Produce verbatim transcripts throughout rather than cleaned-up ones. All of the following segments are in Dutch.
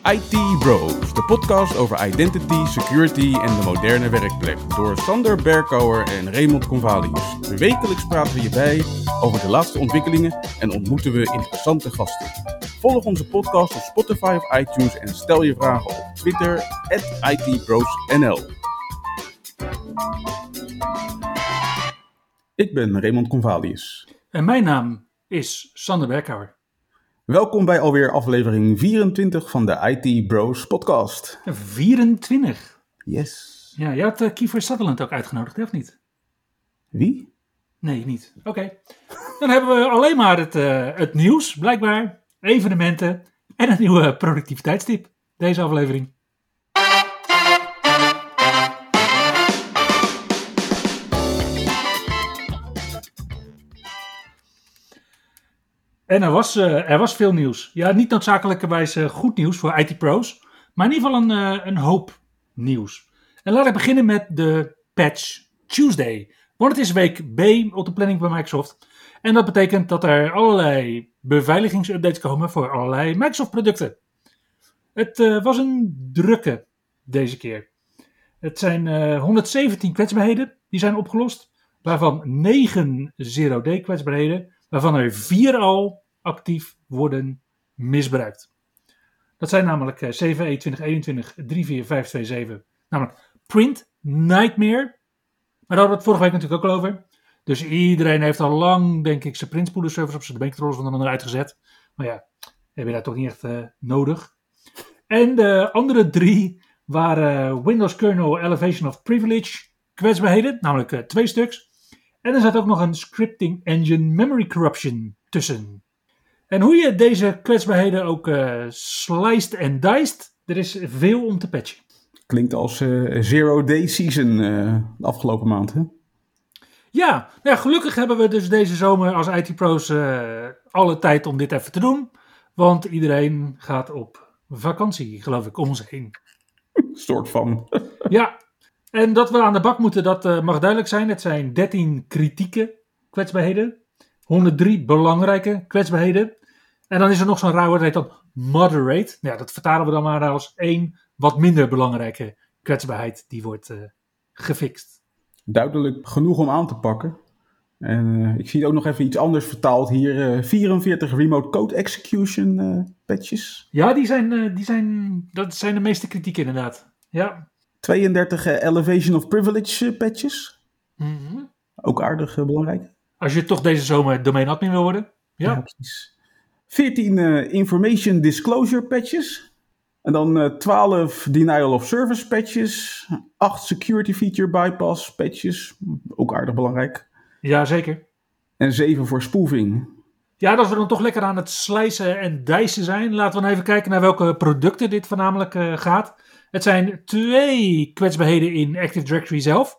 I T Bros, de podcast over identity, security en de moderne werkplek. Door Sander Berkouwer en Raymond Convalius. Wekelijks praten we je bij over de laatste ontwikkelingen en ontmoeten we interessante gasten. Volg onze podcast op Spotify of iTunes en stel je vragen op Twitter at I T Bros N L. Ik ben Raymond Convalius. En mijn naam is Sander Berkouwer. Welkom bij alweer aflevering vierentwintig van de I T Bros podcast. vierentwintig? Yes. Ja, je had uh, Kiefer Sutherland ook uitgenodigd, hè, of niet? Wie? Nee, niet. Oké. Okay. Dan hebben we alleen maar het, uh, het nieuws, blijkbaar. Evenementen en een nieuwe productiviteitstip. Deze aflevering. En er was, uh, er was veel nieuws. Ja, niet noodzakelijkerwijs uh, goed nieuws voor I T-pro's. Maar in ieder geval een, uh, een hoop nieuws. En laat ik beginnen met de Patch Tuesday. Want het is week B op de planning bij Microsoft. En dat betekent dat er allerlei beveiligingsupdates komen voor allerlei Microsoft producten. Het uh, was een drukke deze keer. Het zijn uh, honderdzeventien kwetsbaarheden die zijn opgelost. Waarvan negen zero-day kwetsbaarheden. Waarvan er vier al actief worden misbruikt. Dat zijn namelijk uh, C V E twintig eenentwintig drie vier vijf twee zeven. Namelijk Print Nightmare. Maar daar hadden we het vorige week natuurlijk ook al over. Dus iedereen heeft al lang, denk ik, zijn printspoelerservice op zijn domaincontrollers van de andere uitgezet. Maar ja, heb je dat toch niet echt uh, nodig. En de andere drie waren Windows Kernel Elevation of Privilege kwetsbaarheden. Namelijk uh, twee stuks. En er zat ook nog een Scripting Engine Memory Corruption tussen. En hoe je deze kwetsbaarheden ook uh, sliced en diced, er is veel om te patchen. Klinkt als uh, Zero Day Season uh, de afgelopen maand, hè? Ja, nou ja, gelukkig hebben we dus deze zomer als I T-pro's uh, alle tijd om dit even te doen. Want iedereen gaat op vakantie, geloof ik, om ons heen. Soort van. Ja. En dat we aan de bak moeten, dat uh, mag duidelijk zijn. Het zijn dertien kritieke kwetsbaarheden. honderddrie belangrijke kwetsbaarheden. En dan is er nog zo'n raar woord, dat heet dan moderate. Nou ja, dat vertalen we dan maar als één wat minder belangrijke kwetsbaarheid die wordt uh, gefixt. Duidelijk genoeg om aan te pakken. En uh, ik zie ook nog even iets anders vertaald hier. Uh, vierenveertig remote code execution uh, patches. Ja, die zijn, uh, die zijn, dat zijn de meeste kritiek inderdaad. Ja. tweeëndertig uh, Elevation of Privilege uh, patches. Mm-hmm. Ook aardig uh, belangrijk. Als je toch deze zomer domain admin wil worden. Ja, ja precies. veertien uh, Information Disclosure patches. En dan uh, twaalf Denial of Service patches. acht Security Feature Bypass patches. Ook aardig belangrijk. Ja, zeker. En zeven voor spoofing. Ja, als we dan toch lekker aan het slicen en dicen zijn. Laten we dan even kijken naar welke producten dit voornamelijk uh, gaat. Het zijn twee kwetsbaarheden in Active Directory zelf.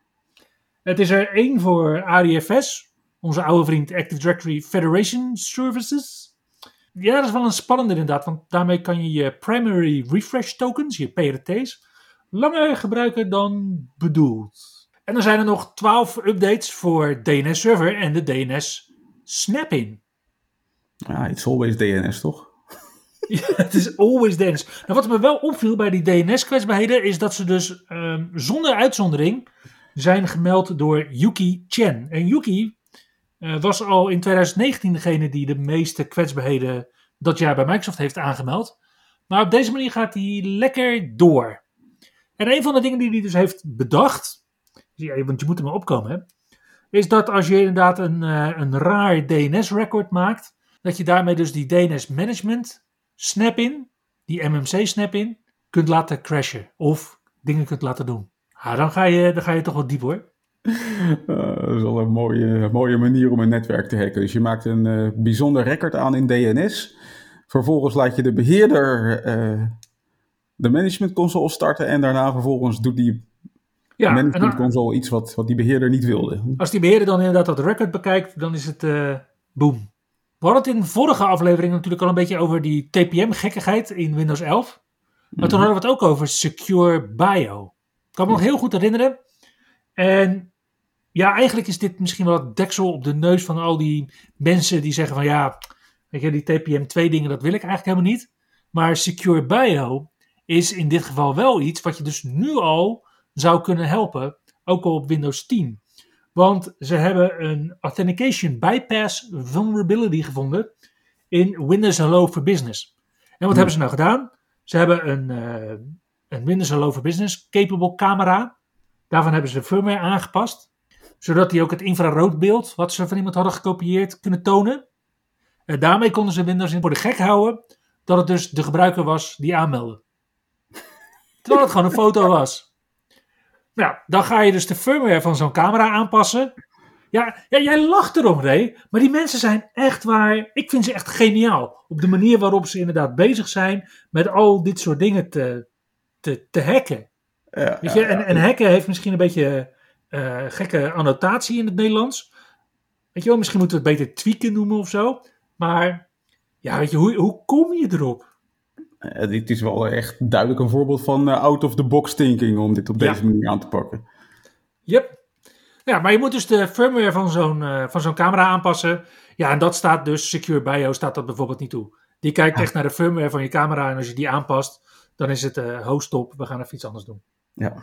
Het is er één voor A D F S, onze oude vriend Active Directory Federation Services. Ja, dat is wel een spannende inderdaad, want daarmee kan je je primary refresh tokens, je P R T's, langer gebruiken dan bedoeld. En dan zijn er nog twaalf updates voor D N S Server en de D N S Snap-in. Ja, it's always D N S, toch? Ja, het is always D N S. Nou, wat me wel opviel bij die D N S-kwetsbaarheden is dat ze dus um, zonder uitzondering zijn gemeld door Yuki Chen. En Yuki uh, was al in twintig negentien degene die de meeste kwetsbaarheden dat jaar bij Microsoft heeft aangemeld. Maar op deze manier gaat hij lekker door. En een van de dingen die hij dus heeft bedacht, want je moet er maar opkomen, hè, is dat als je inderdaad een, uh, een raar D N S-record maakt, dat je daarmee dus die D N S-management snap-in, die M M C snap-in, kunt laten crashen. Of dingen kunt laten doen. Ja, dan, ga je, dan ga je toch wat diep hoor. Uh, dat is wel een mooie, mooie manier om een netwerk te hacken. Dus je maakt een uh, bijzonder record aan in D N S. Vervolgens laat je de beheerder uh, de management console starten. En daarna vervolgens doet die ja, management dan, console iets wat, wat die beheerder niet wilde. Als die beheerder dan inderdaad dat record bekijkt, dan is het uh, boom. We hadden het in de vorige aflevering natuurlijk al een beetje over die T P M-gekkigheid in Windows elf. Maar toen hadden we het ook over Secure Bio. Ik kan me nog heel goed herinneren. En ja, eigenlijk is dit misschien wel het deksel op de neus van al die mensen die zeggen van ja, weet je, die T P M twee dingen, dat wil ik eigenlijk helemaal niet. Maar Secure Bio is in dit geval wel iets wat je dus nu al zou kunnen helpen, ook al op Windows tien. Want ze hebben een Authentication Bypass Vulnerability gevonden in Windows Hello for Business. En wat hmm. hebben ze nou gedaan? Ze hebben een, uh, een Windows Hello for Business capable camera. Daarvan hebben ze de firmware aangepast, zodat die ook het infraroodbeeld wat ze van iemand hadden gekopieerd kunnen tonen. En daarmee konden ze Windows voor de gek houden dat het dus de gebruiker was die aanmeldde. Terwijl het gewoon een foto was. Nou, dan ga je dus de firmware van zo'n camera aanpassen. Ja, ja, jij lacht erom, Ray. Maar die mensen zijn echt waar... Ik vind ze echt geniaal. Op de manier waarop ze inderdaad bezig zijn met al dit soort dingen te, te, te hacken. Ja, Weet je? Ja, ja. En, en hacken heeft misschien een beetje uh, gekke annotatie in het Nederlands. Weet je wel, misschien moeten we het beter tweaken noemen of zo. Maar ja, weet je, hoe, hoe kom je erop? Uh, dit is wel echt duidelijk een voorbeeld van uh, out-of-the-box thinking om dit op deze ja. manier aan te pakken. Yep. Ja, maar je moet dus de firmware van zo'n, uh, van zo'n camera aanpassen. Ja, en dat staat dus, Secure Bio staat dat bijvoorbeeld niet toe. Die kijkt echt naar de firmware van je camera en als je die aanpast, dan is het uh, ho stop, we gaan even iets anders doen. Ja.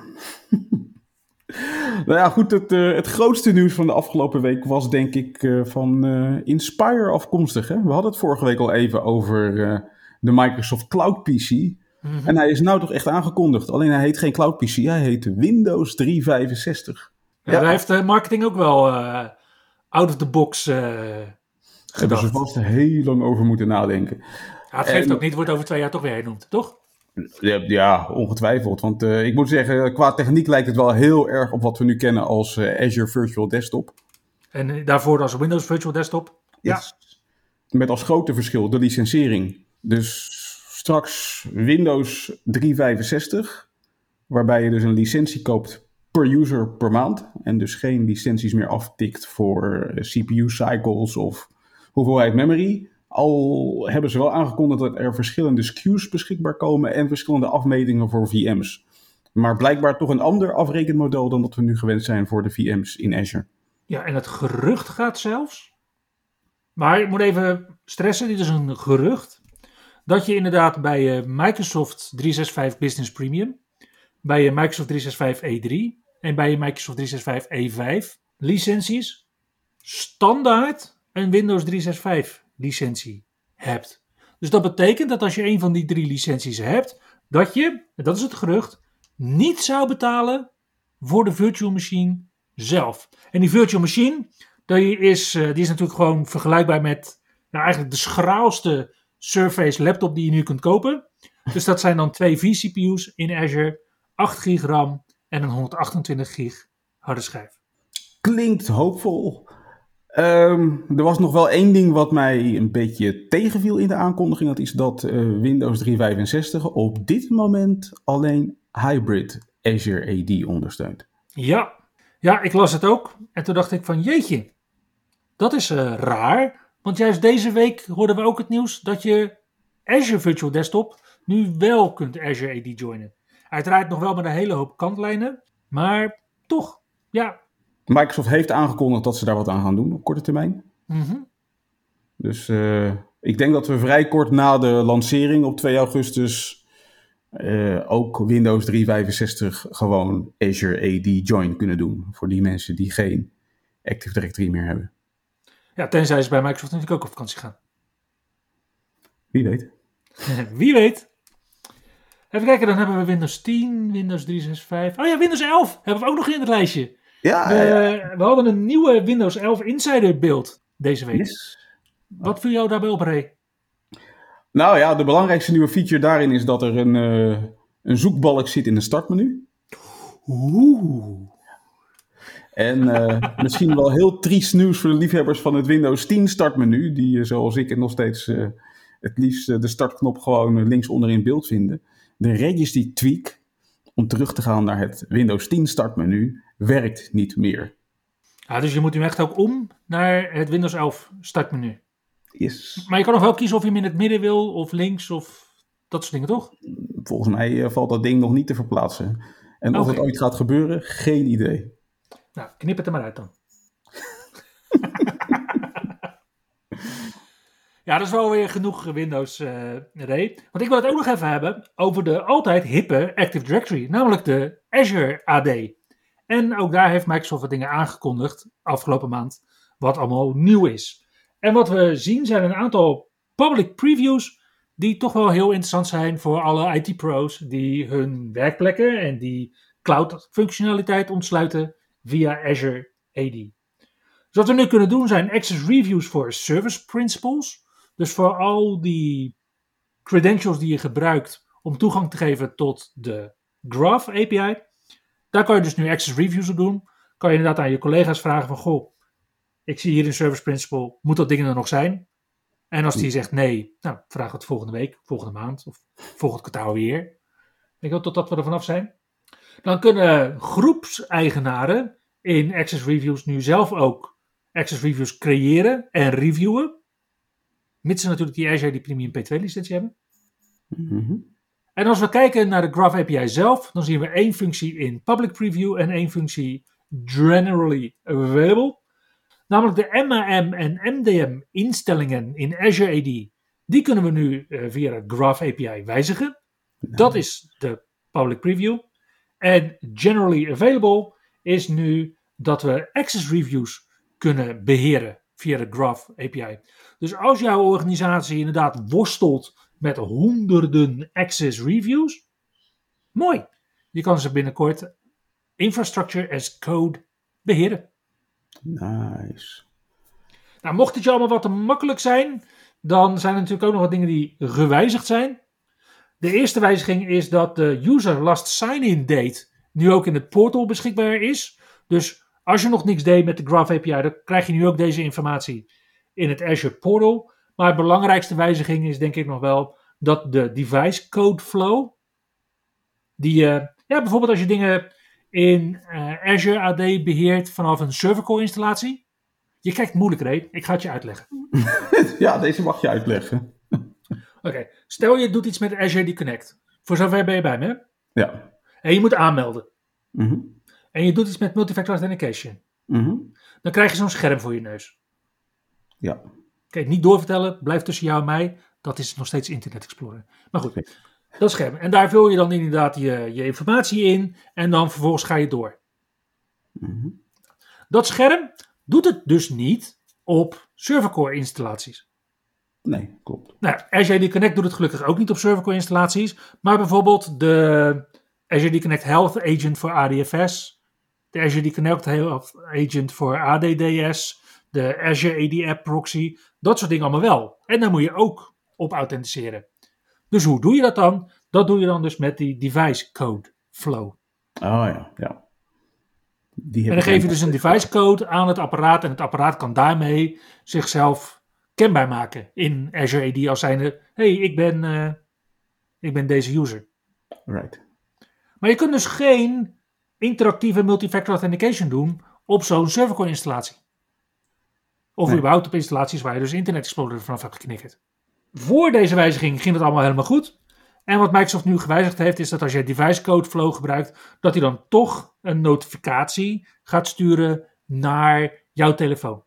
Nou ja, goed, het, uh, het grootste nieuws van de afgelopen week was denk ik uh, van uh, Inspire afkomstig. Hè? We hadden het vorige week al even over uh, de Microsoft Cloud P C. Mm-hmm. En hij is nou toch echt aangekondigd. Alleen hij heet geen Cloud P C, hij heet Windows driehonderdvijfenzestig. Ja, ja. Daar heeft de marketing ook wel uh, out of the box uh, gedacht. Hebben ze vast heel lang over moeten nadenken. Ja, het geeft en, ook niet, wordt over twee jaar toch weer hernoemd, toch? Ja, ja ongetwijfeld. Want uh, ik moet zeggen, qua techniek lijkt het wel heel erg op wat we nu kennen als uh, Azure Virtual Desktop. En daarvoor als Windows Virtual Desktop? Ja. Yes. Met als grote verschil de licentiëring. Dus straks Windows driehonderdvijfenzestig, waarbij je dus een licentie koopt per user per maand. En dus geen licenties meer aftikt voor C P U-cycles of hoeveelheid memory. Al hebben ze wel aangekondigd dat er verschillende S K U's beschikbaar komen en verschillende afmetingen voor V M's. Maar blijkbaar toch een ander afrekenmodel dan dat we nu gewend zijn voor de V M's in Azure. Ja, en het gerucht gaat zelfs. Maar ik moet even stressen, dit is een gerucht. Dat je inderdaad bij uh, Microsoft driehonderdzesenzestig Business Premium, bij je Microsoft driehonderdzesenzestig E drie en bij je Microsoft driehonderdzesenzestig E vijf licenties standaard een Windows driehonderdzesenzestig licentie hebt. Dus dat betekent dat als je een van die drie licenties hebt, dat je, en dat is het gerucht, niet zou betalen voor de virtual machine zelf. En die virtual machine, die is, die is natuurlijk gewoon vergelijkbaar met nou eigenlijk de schraalste Surface laptop die je nu kunt kopen. Dus dat zijn dan twee vCPU's in Azure, acht gig RAM en een honderdachtentwintig gig harde schijf. Klinkt hoopvol. Um, er was nog wel één ding wat mij een beetje tegenviel in de aankondiging. Dat is dat uh, Windows driehonderdvijfenzestig op dit moment alleen hybrid Azure A D ondersteunt. Ja. ja, ik las het ook. En toen dacht ik van jeetje, dat is uh, raar. Want juist deze week hoorden we ook het nieuws dat je Azure Virtual Desktop nu wel kunt Azure A D joinen. Uiteraard nog wel met een hele hoop kantlijnen. Maar toch, ja... Microsoft heeft aangekondigd dat ze daar wat aan gaan doen op korte termijn. Mm-hmm. Dus uh, ik denk dat we vrij kort na de lancering op twee augustus uh, ook Windows driehonderdvijfenzestig gewoon Azure A D Join kunnen doen. Voor die mensen die geen Active Directory meer hebben. Ja, tenzij ze bij Microsoft natuurlijk ook op vakantie gaan. Wie weet. Wie weet. Even kijken, dan hebben we Windows tien, Windows driehonderdzesenzestig. Oh ja, Windows elf hebben we ook nog in het lijstje. Ja, we, ja. we hadden een nieuwe Windows elf Insider beeld deze week. Yes. Wat viel jou daarbij op, Ray? Nou ja, de belangrijkste nieuwe feature daarin is dat er een, uh, een zoekbalk zit in het startmenu. Oeh. En uh, misschien wel heel triest nieuws voor de liefhebbers van het Windows tien startmenu. Die uh, zoals ik het nog steeds uh, het liefst uh, de startknop gewoon uh, links onder in beeld vinden. De registry tweak om terug te gaan naar het Windows tien startmenu werkt niet meer. Ja, dus je moet nu echt ook om naar het Windows elf startmenu. Yes. Maar je kan nog wel kiezen of je hem in het midden wil of links of dat soort dingen, toch? Volgens mij uh, valt dat ding nog niet te verplaatsen. En of okay. het ooit gaat gebeuren, geen idee. Nou, knip het er maar uit dan. Ja, dat is wel weer genoeg Windows, uh, Ray. Want ik wil het ook nog even hebben over de altijd hippe Active Directory, namelijk de Azure A D. En ook daar heeft Microsoft wat dingen aangekondigd afgelopen maand, wat allemaal nieuw is. En wat we zien zijn een aantal public previews die toch wel heel interessant zijn voor alle I T-pro's die hun werkplekken en die cloud-functionaliteit ontsluiten via Azure A D. Dus wat we nu kunnen doen zijn access reviews voor service principals. Dus voor al die credentials die je gebruikt om toegang te geven tot de Graph A P I. Daar kan je dus nu access reviews op doen. Kan je inderdaad aan je collega's vragen van, goh, ik zie hier een service principal, moet dat ding er nog zijn? En als die zegt nee, nou, vraag het volgende week, volgende maand of volgend kwartaal weer. Weet je wel, totdat we er vanaf zijn. Dan kunnen groepseigenaren in access reviews nu zelf ook access reviews creëren en reviewen. Mits ze natuurlijk die Azure die Premium P twee licentie hebben. Mm-hmm. En als we kijken naar de Graph A P I zelf, dan zien we één functie in public preview en één functie generally available. Namelijk de M A M en M D M instellingen in Azure A D, die kunnen we nu uh, via de Graph A P I wijzigen. Nou. Dat is de public preview. En generally available is nu dat we access reviews kunnen beheren via de Graph A P I. Dus als jouw organisatie inderdaad worstelt met honderden access reviews, mooi. Je kan ze binnenkort infrastructure as code beheren. Nice. Nou, mocht het je allemaal wat te makkelijk zijn, dan zijn er natuurlijk ook nog wat dingen die gewijzigd zijn. De eerste wijziging is dat de user last sign-in date nu ook in het portal beschikbaar is. Dus als je nog niks deed met de Graph A P I, dan krijg je nu ook deze informatie in het Azure portal. Maar de belangrijkste wijziging is denk ik nog wel dat de device code flow, die uh, ja, bijvoorbeeld als je dingen in uh, Azure A D beheert vanaf een servercore installatie. Je kijkt moeilijk, Ray. Ik ga het je uitleggen. Ja, deze mag je uitleggen. Oké, okay. Stel je doet iets met Azure A D Connect. Voor zover ben je bij me, hè? Ja. En je moet aanmelden. Mm-hmm. En je doet iets met multifactor authentication. Mm-hmm. Dan krijg je zo'n scherm voor je neus. Ja. Oké, okay, niet doorvertellen. Blijf tussen jou en mij. Dat is nog steeds Internet Explorer. Maar goed, okay. Dat scherm. En daar vul je dan inderdaad je, je informatie in. En dan vervolgens ga je door. Mm-hmm. Dat scherm doet het dus niet op servercore installaties. Nee, klopt. Nou, Azure A D Connect doet het gelukkig ook niet op servercore installaties. Maar bijvoorbeeld de Azure A D Connect Health Agent voor A D F S. De Azure A D Connect Health Agent voor A D D S. De Azure A D App Proxy. Dat soort dingen allemaal wel. En daar moet je ook op authenticeren. Dus hoe doe je dat dan? Dat doe je dan dus met die device code flow. Oh ja, ja. Die en dan geef je dus een device code aan het apparaat. En het apparaat kan daarmee zichzelf kenbaar maken in Azure A D als zijnde, hé, hey, ik ben, uh, ik ben deze user. Right. Maar je kunt dus geen interactieve multifactor authentication doen op zo'n servercore installatie. Of nee. überhaupt op installaties waar je dus Internet Explorer vanaf hebt geknikkerd. Voor deze wijziging ging het allemaal helemaal goed. En wat Microsoft nu gewijzigd heeft, is dat als je device code flow gebruikt, dat hij dan toch een notificatie gaat sturen naar jouw telefoon.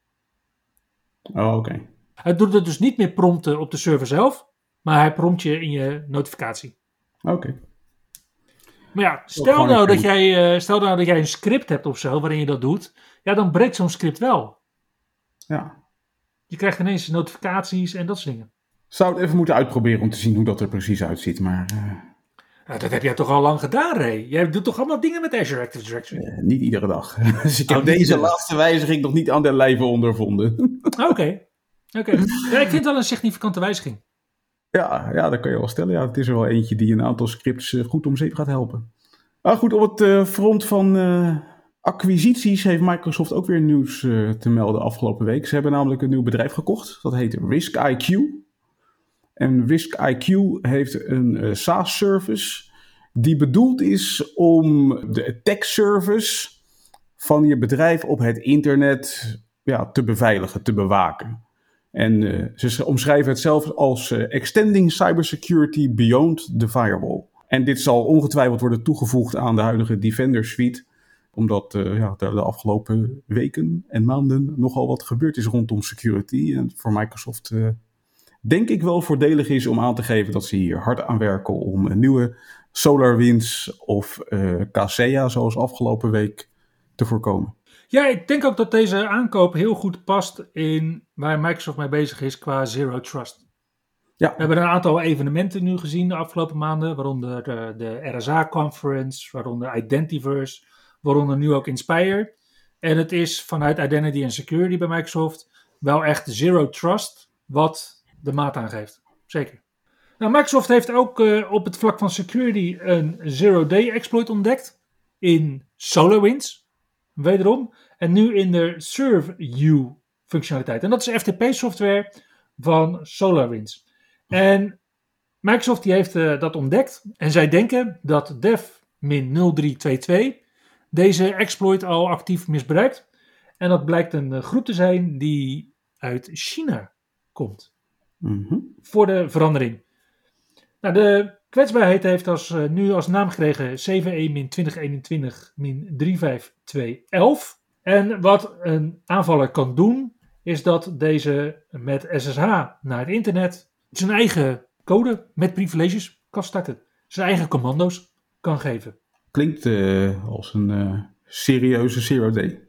Oh, oké. Okay. Het doet het dus niet meer prompten op de server zelf, maar hij prompt je in je notificatie. Oké. Okay. Maar ja, stel nou, dat jij, uh, stel nou dat jij een script hebt of zo, waarin je dat doet, ja, dan breekt zo'n script wel. Ja. Je krijgt ineens notificaties en dat soort dingen. Zou het even moeten uitproberen om te zien hoe dat er precies uitziet, maar... Uh... Nou, dat heb jij toch al lang gedaan, Ray? Jij doet toch allemaal dingen met Azure Active Directory? Uh, niet iedere dag. Dus ik heb oh, deze laatste wijziging nog niet aan de lijve ondervonden. Oké. Okay. Okay. Ja, ik vind het wel een significante wijziging. Ja, ja, dat kan je wel stellen. Ja, het is er wel eentje die een aantal scripts uh, goed om zeep gaat helpen. Maar goed, op het uh, front van uh, acquisities heeft Microsoft ook weer nieuws uh, te melden afgelopen week. Ze hebben namelijk een nieuw bedrijf gekocht. Dat heet Risk I Q. En Risk I Q heeft een uh, SaaS-service die bedoeld is om de attack service van je bedrijf op het internet ja, te beveiligen, te bewaken. En uh, ze omschrijven het zelf als uh, extending cybersecurity beyond the firewall. En dit zal ongetwijfeld worden toegevoegd aan de huidige Defender Suite, omdat uh, ja, de, de afgelopen weken en maanden nogal wat gebeurd is rondom security. En voor Microsoft uh, denk ik wel voordelig is om aan te geven dat ze hier hard aan werken om een nieuwe SolarWinds of uh, Kaseya zoals afgelopen week te voorkomen. Ja, ik denk ook dat deze aankoop heel goed past in waar Microsoft mee bezig is qua Zero Trust. Ja. We hebben een aantal evenementen nu gezien de afgelopen maanden, waaronder de, de R S A-conference, waaronder Identiverse, waaronder nu ook Inspire. En het is vanuit Identity and Security bij Microsoft wel echt Zero Trust wat de maat aangeeft. Zeker. Nou, Microsoft heeft ook uh, op het vlak van security een zero-day exploit ontdekt in SolarWinds, wederom. En nu in de Serve-You functionaliteit. En dat is F T P-software van SolarWinds. En Microsoft die heeft uh, dat ontdekt. En zij denken dat dev nul drie twee twee deze exploit al actief misbruikt. En dat blijkt een uh, groep te zijn die uit China komt. Mm-hmm. Voor de verandering. Nou, de kwetsbaarheid heeft als, uh, nu als naam gekregen zeven een twintig eenentwintig drie vijf twee een een. En wat een aanvaller kan doen, is dat deze met S S H naar het internet zijn eigen code met privileges kan starten. Zijn eigen commando's kan geven. Klinkt uh, als een uh, serieuze zero-day.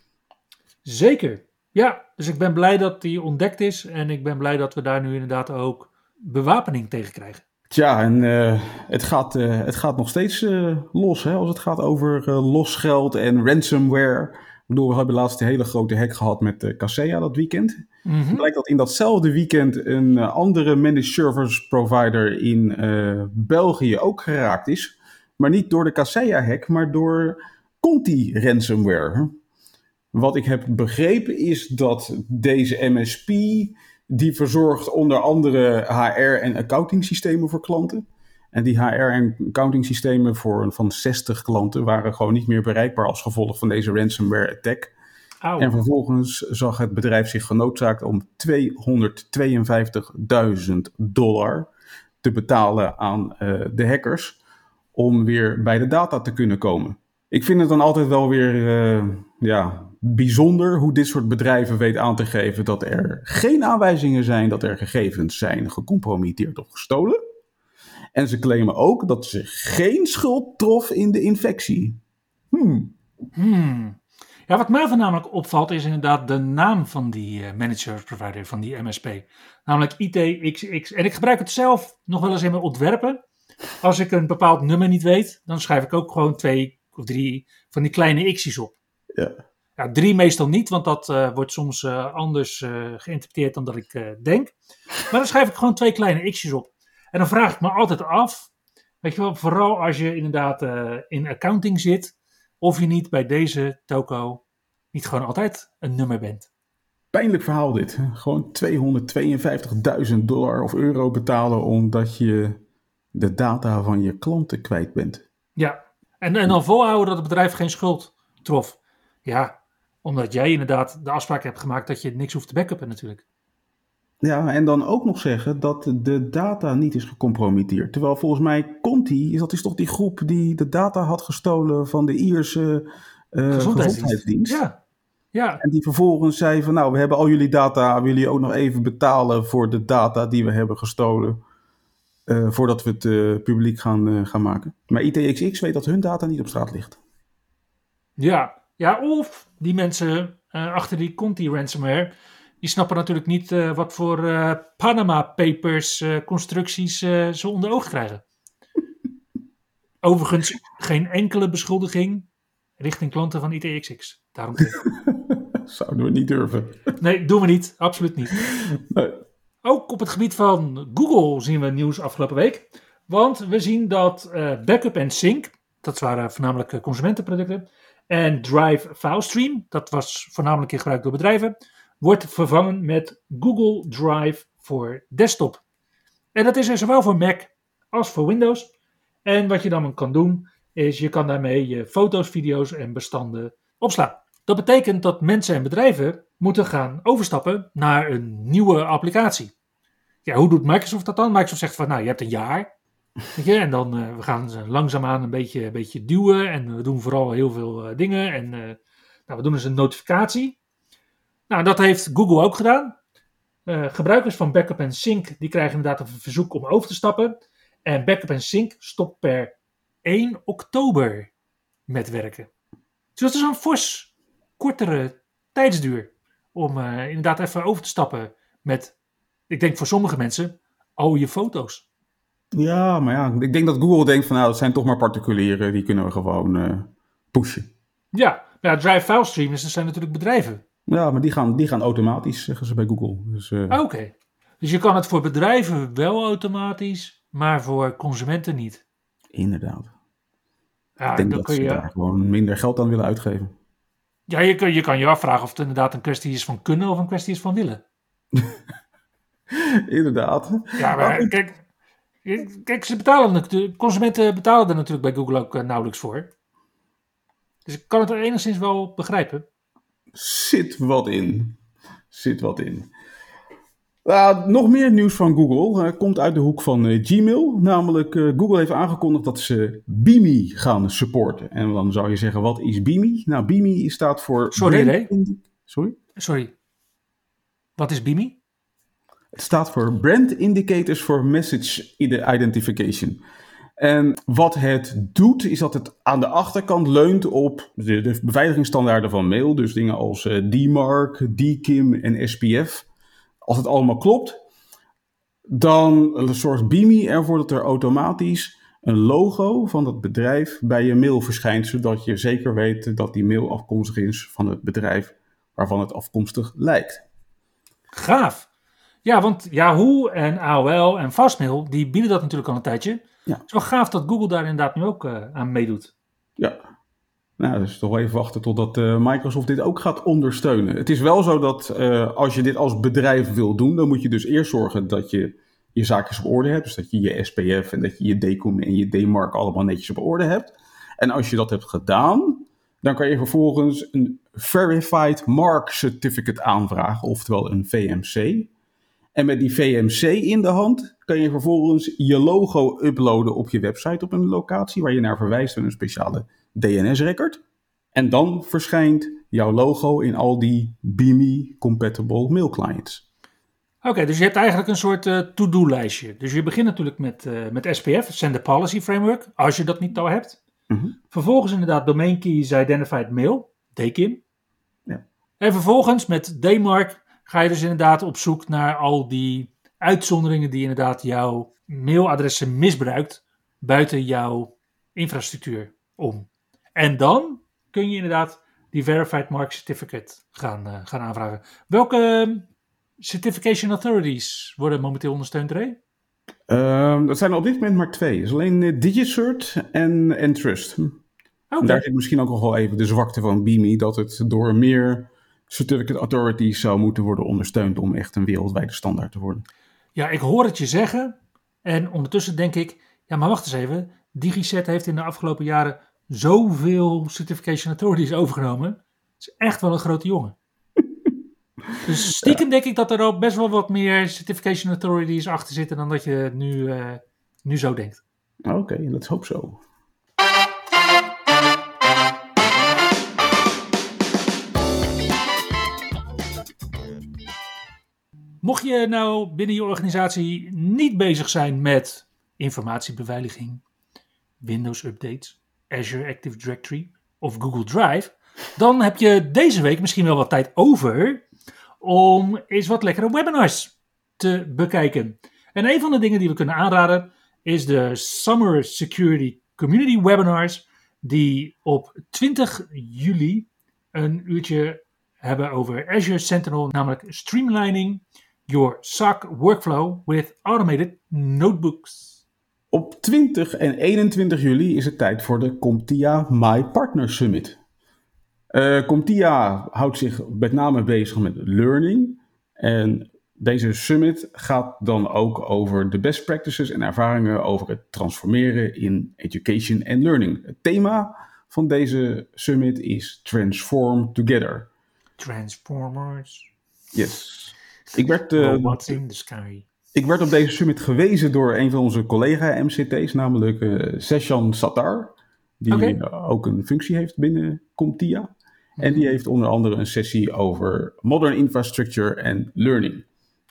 Zeker. Ja, dus ik ben blij dat die ontdekt is. En ik ben blij dat we daar nu inderdaad ook bewapening tegen krijgen. Tja, en uh, het, gaat, uh, het gaat nog steeds uh, los, hè, als het gaat over uh, losgeld en ransomware. Ik bedoel, we hebben laatst een hele grote hack gehad met uh, Kaseya dat weekend. Mm-hmm. Het blijkt dat in datzelfde weekend een uh, andere managed service provider in uh, België ook geraakt is. Maar niet door de Kaseya hack, maar door Conti ransomware. Wat ik heb begrepen is dat deze M S P, die verzorgt onder andere H R en accounting systemen voor klanten. En die H R en accounting systemen voor, van zestig klanten waren gewoon niet meer bereikbaar als gevolg van deze ransomware attack. Auw. En vervolgens zag het bedrijf zich genoodzaakt om tweehonderdtweeënvijftigduizend dollar te betalen aan uh, de hackers om weer bij de data te kunnen komen. Ik vind het dan altijd wel weer uh, ja, bijzonder hoe dit soort bedrijven weet aan te geven dat er geen aanwijzingen zijn dat er gegevens zijn gecompromitteerd of gestolen. En ze claimen ook dat ze geen schuld trof in de infectie. Hmm. Hmm. Ja, wat mij voornamelijk opvalt is inderdaad de naam van die uh, managed service provider, van die M S P. Namelijk I T X X. En ik gebruik het zelf nog wel eens in mijn ontwerpen. Als ik een bepaald nummer niet weet, dan schrijf ik ook gewoon twee of drie van die kleine x'jes op. Ja. Ja, drie meestal niet, want dat uh, wordt soms uh, anders uh, geïnterpreteerd dan dat ik uh, denk. Maar dan schrijf ik gewoon twee kleine x'jes op. En dan vraag ik me altijd af, weet je wel, vooral als je inderdaad uh, in accounting zit, of je niet bij deze toko niet gewoon altijd een nummer bent. Pijnlijk verhaal dit. Gewoon tweehonderdtweeënvijftigduizend dollar of euro betalen omdat je de data van je klanten kwijt bent. Ja, en, en dan volhouden dat het bedrijf geen schuld trof. Ja, omdat jij inderdaad de afspraak hebt gemaakt dat je niks hoeft te backuppen natuurlijk. Ja, en dan ook nog zeggen dat de data niet is gecompromitteerd. Terwijl volgens mij Conti, dat is toch die groep die de data had gestolen van de Ierse uh, gezondheidsdienst. Ja, ja. En die vervolgens zei van nou, we hebben al jullie data, willen jullie ook nog even betalen voor de data die we hebben gestolen. Uh, voordat we het uh, publiek gaan, uh, gaan maken. Maar I T X X weet dat hun data niet op straat ligt. Ja, ja of die mensen uh, achter die Conti ransomware, die snappen natuurlijk niet uh, wat voor uh, Panama Papers uh, constructies uh, ze onder ogen krijgen. Overigens geen enkele beschuldiging richting klanten van I T X X. Daarom zouden we niet durven. Nee, doen we niet. Absoluut niet. Nee. Ook op het gebied van Google zien we nieuws afgelopen week. Want we zien dat uh, Backup en Sync, dat waren voornamelijk uh, consumentenproducten, en Drive FileStream, dat was voornamelijk in gebruik door bedrijven, wordt vervangen met Google Drive voor desktop. En dat is er zowel voor Mac als voor Windows. En wat je dan kan doen, is je kan daarmee je foto's, video's en bestanden opslaan. Dat betekent dat mensen en bedrijven moeten gaan overstappen naar een nieuwe applicatie. Ja, hoe doet Microsoft dat dan? Microsoft zegt van, nou, je hebt een jaar. Weet je, en dan uh, we gaan ze langzaamaan een beetje, een beetje duwen. En we doen vooral heel veel uh, dingen. En uh, nou, we doen dus een notificatie. Nou, dat heeft Google ook gedaan. Uh, gebruikers van Backup en Sync die krijgen inderdaad een verzoek om over te stappen. En Backup en Sync stopt per één oktober met werken. Dus dat is een fors kortere tijdsduur om uh, inderdaad even over te stappen met, ik denk voor sommige mensen, al je foto's. Ja, maar ja, ik denk dat Google denkt van nou, dat zijn toch maar particulieren, die kunnen we gewoon uh, pushen. Ja, ja, Drive File Streamers, dat zijn natuurlijk bedrijven. Ja, maar die gaan, die gaan automatisch, zeggen ze bij Google. Dus, uh... Oké, okay. Dus je kan het voor bedrijven wel automatisch, maar voor consumenten niet. Inderdaad. Ja, ik denk dan dat kun ze je... daar gewoon minder geld aan willen uitgeven. Ja, je kan, je kan je afvragen of het inderdaad een kwestie is van kunnen of een kwestie is van willen. Inderdaad. Ja, maar kijk, kijk, ze betalen natuurlijk, consumenten betalen er natuurlijk bij Google ook uh, nauwelijks voor. Dus ik kan het er enigszins wel begrijpen. Zit wat in. Zit wat in. Uh, nog meer nieuws van Google uh, komt uit de hoek van uh, Gmail. Namelijk, uh, Google heeft aangekondigd dat ze Beamy gaan supporten. En dan zou je zeggen, wat is Beamy? Nou, Beamy staat voor... Sorry, Ray. Indi- Sorry? Sorry. Wat is Beamy? Het staat voor Brand Indicators for Message Identification. En wat het doet, is dat het aan de achterkant leunt op de, de beveiligingsstandaarden van mail. Dus dingen als uh, D MARC, D K I M en S P F. Als het allemaal klopt, dan zorgt Beamy ervoor dat er automatisch een logo van dat bedrijf bij je mail verschijnt. Zodat je zeker weet dat die mail afkomstig is van het bedrijf waarvan het afkomstig lijkt. Gaaf. Ja, want Yahoo en A O L en Fastmail, die bieden dat natuurlijk al een tijdje. Ja. Het is wel gaaf dat Google daar inderdaad nu ook uh, aan meedoet. Ja, nou, dus toch even wachten totdat uh, Microsoft dit ook gaat ondersteunen. Het is wel zo dat uh, als je dit als bedrijf wil doen, dan moet je dus eerst zorgen dat je je zaakjes op orde hebt. Dus dat je je S P F en dat je je D C O M en je D MARC allemaal netjes op orde hebt. En als je dat hebt gedaan, dan kan je vervolgens een Verified Mark Certificate aanvragen, oftewel een V M C. En met die V M C in de hand kan je vervolgens je logo uploaden op je website op een locatie waar je naar verwijst met een speciale D N S-record. En dan verschijnt jouw logo in al die Beamy-compatible mailclients. Oké, okay, dus je hebt eigenlijk een soort uh, to-do-lijstje. Dus je begint natuurlijk met, uh, met S P F, Sender Policy Framework, als je dat niet al hebt. Mm-hmm. Vervolgens inderdaad Domain Keys Identified Mail, D K I M. Ja. En vervolgens met D MARC ga je dus inderdaad op zoek naar al die uitzonderingen die inderdaad jouw mailadressen misbruikt buiten jouw infrastructuur om. En dan kun je inderdaad die Verified Mark Certificate gaan, uh, gaan aanvragen. Welke uh, certification authorities worden momenteel ondersteund, Ray? Uh, dat zijn er op dit moment maar twee. Dat is alleen uh, DigiCert en Entrust. Okay. En daar zit misschien ook nog wel even de zwakte van Beamy, dat het door meer certificate authorities zou moeten worden ondersteund om echt een wereldwijde standaard te worden. Ja, ik hoor het je zeggen. En ondertussen denk ik, ja, maar wacht eens even. DigiCert heeft in de afgelopen jaren zoveel certification authorities overgenomen. Het is echt wel een grote jongen. Dus stiekem ja. denk ik dat er ook best wel wat meer certification authorities achter zitten dan dat je nu, uh, nu zo denkt. Oké, okay, let's hope so. Mocht je nou binnen je organisatie niet bezig zijn met informatiebeveiliging, Windows updates, Azure Active Directory of Google Drive, dan heb je deze week misschien wel wat tijd over om eens wat lekkere webinars te bekijken. En een van de dingen die we kunnen aanraden is de Summer Security Community Webinars, die op twintig juli een uurtje hebben over Azure Sentinel, namelijk Streamlining Your S O C Workflow with Automated Notebooks. Op twintig en eenentwintig juli is het tijd voor de CompTIA My Partner Summit. Uh, CompTIA houdt zich met name bezig met learning. En deze summit gaat dan ook over de best practices en ervaringen over het transformeren in education en learning. Het thema van deze summit is Transform Together. Transformers. Yes. Ik werd, uh, Robots in the sky. Ik werd op deze summit gewezen door een van onze collega-M C T's, namelijk uh, Seshan Sattar. Die okay. uh, ook een functie heeft binnen CompTIA. Mm-hmm. En die heeft onder andere een sessie over Modern Infrastructure en Learning.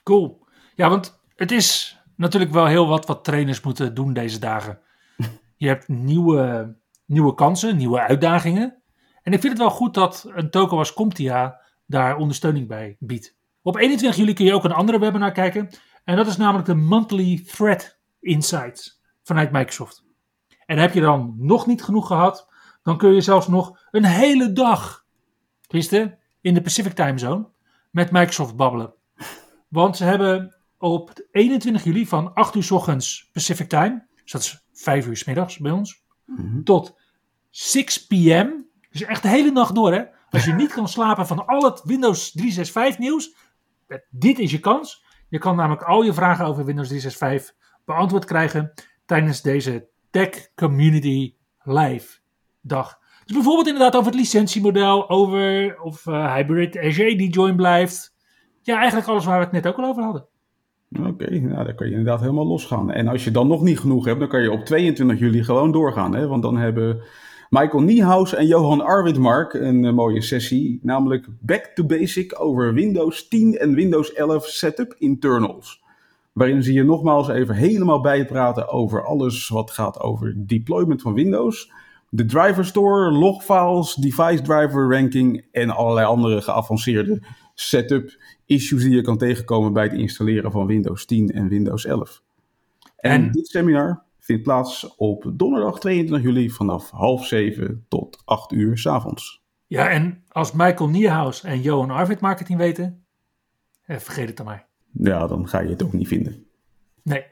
Cool. Ja, want het is natuurlijk wel heel wat wat trainers moeten doen deze dagen. Je hebt nieuwe, nieuwe kansen, nieuwe uitdagingen. En ik vind het wel goed dat een token als CompTIA daar ondersteuning bij biedt. Op eenentwintig juli kun je ook een andere webinar kijken. En dat is namelijk de Monthly Threat Insights vanuit Microsoft. En heb je dan nog niet genoeg gehad, dan kun je zelfs nog een hele dag, tenminste in de Pacific Time Zone, met Microsoft babbelen. Want ze hebben op eenentwintig juli van acht uur 's ochtends Pacific Time, dus dat is vijf uur 's middags bij ons, mm-hmm. tot zes p m, dus echt de hele nacht door, hè. Als je niet kan slapen van al het Windows driehonderdzesenzestig nieuws, dit is je kans. Je kan namelijk al je vragen over Windows driehonderdzesenzestig beantwoord krijgen tijdens deze Tech Community Live dag. Dus bijvoorbeeld inderdaad over het licentiemodel, over of uh, Hybrid Azure die join blijft. Ja, eigenlijk alles waar we het net ook al over hadden. Oké, okay, nou dan kan je inderdaad helemaal losgaan. En als je dan nog niet genoeg hebt, dan kan je op tweeëntwintig juli gewoon doorgaan. Hè? Want dan hebben Michael Niehaus en Johan Arwidmark een uh, mooie sessie. Namelijk Back to Basic over Windows tien en Windows elf Setup Internals. Waarin ze je nogmaals even helemaal bijpraten over alles wat gaat over deployment van Windows. De driver store, logfiles, device driver ranking en allerlei andere geavanceerde setup issues die je kan tegenkomen bij het installeren van Windows tien en Windows elf. En, en dit seminar vindt plaats op donderdag tweeëntwintig juli vanaf half zeven tot acht uur 's avonds. Ja, en als Michael Niehaus en Johan Arwidmark het niet weten, eh, vergeet het dan maar. Ja, dan ga je het ook niet vinden. Nee.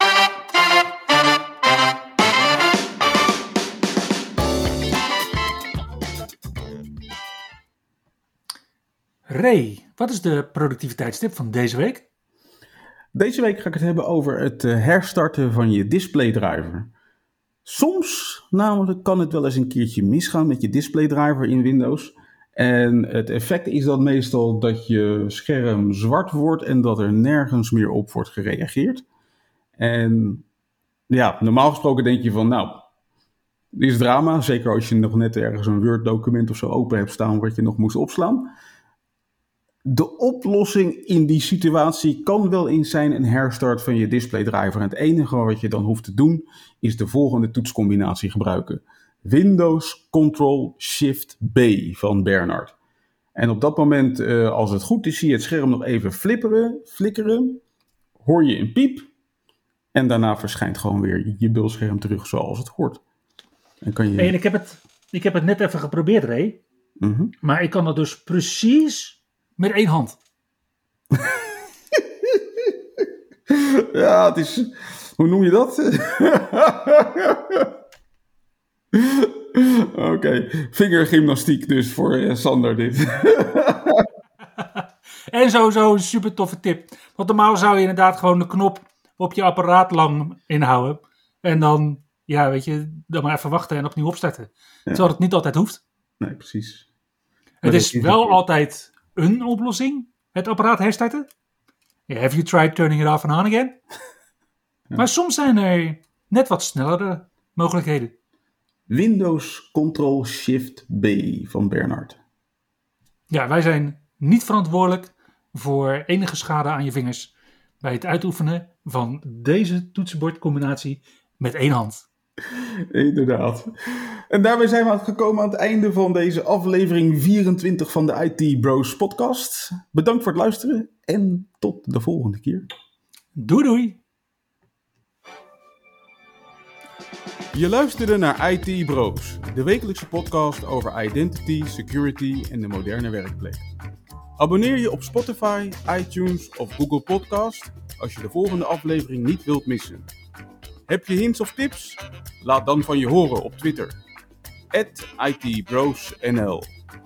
Ray, wat is de productiviteitstip van deze week? Deze week ga ik het hebben over het herstarten van je displaydriver. Soms namelijk kan het wel eens een keertje misgaan met je displaydriver in Windows. En het effect is dan meestal dat je scherm zwart wordt en dat er nergens meer op wordt gereageerd. En ja, normaal gesproken denk je van, nou, dit is drama. Zeker als je nog net ergens een Word-document of zo open hebt staan wat je nog moest opslaan. De oplossing in die situatie kan wel eens zijn een herstart van je displaydriver. En het enige wat je dan hoeft te doen is de volgende toetscombinatie gebruiken. Windows Ctrl-Shift-B van Bernard. En op dat moment, uh, als het goed is, zie je het scherm nog even flipperen, flikkeren. Hoor je een piep. En daarna verschijnt gewoon weer je beeldscherm terug zoals het hoort. En, kan je... en ik, heb het, ik heb het net even geprobeerd, Ray. Mm-hmm. Maar ik kan dat dus precies met één hand. Ja, het is... Hoe noem je dat? Oké, okay. Vingergymnastiek dus voor uh, Sander dit. En sowieso een super toffe tip. Want normaal zou je inderdaad gewoon de knop op je apparaat lang inhouden. En dan, ja, weet je, dan maar even wachten en opnieuw opstarten. Ja. Terwijl het niet altijd hoeft. Nee, precies. Het is wel altijd een oplossing, het apparaat herstarten. Yeah, have you tried turning it off and on again? Ja. Maar soms zijn er net wat snellere mogelijkheden. Windows Ctrl-Shift-B van Bernard. Ja, wij zijn niet verantwoordelijk voor enige schade aan je vingers bij het uitoefenen van deze toetsenbordcombinatie met één hand. Inderdaad. En daarmee zijn we gekomen aan het einde van deze aflevering vierentwintig van de I T Bros podcast. Bedankt voor het luisteren en tot de volgende keer. Doei doei. Je luisterde naar I T Bros, de wekelijkse podcast over identity, security en de moderne werkplek. Abonneer je op Spotify, iTunes of Google Podcast als je de volgende aflevering niet wilt missen. Heb je hints of tips? Laat dan van je horen op Twitter. at I T Bros N L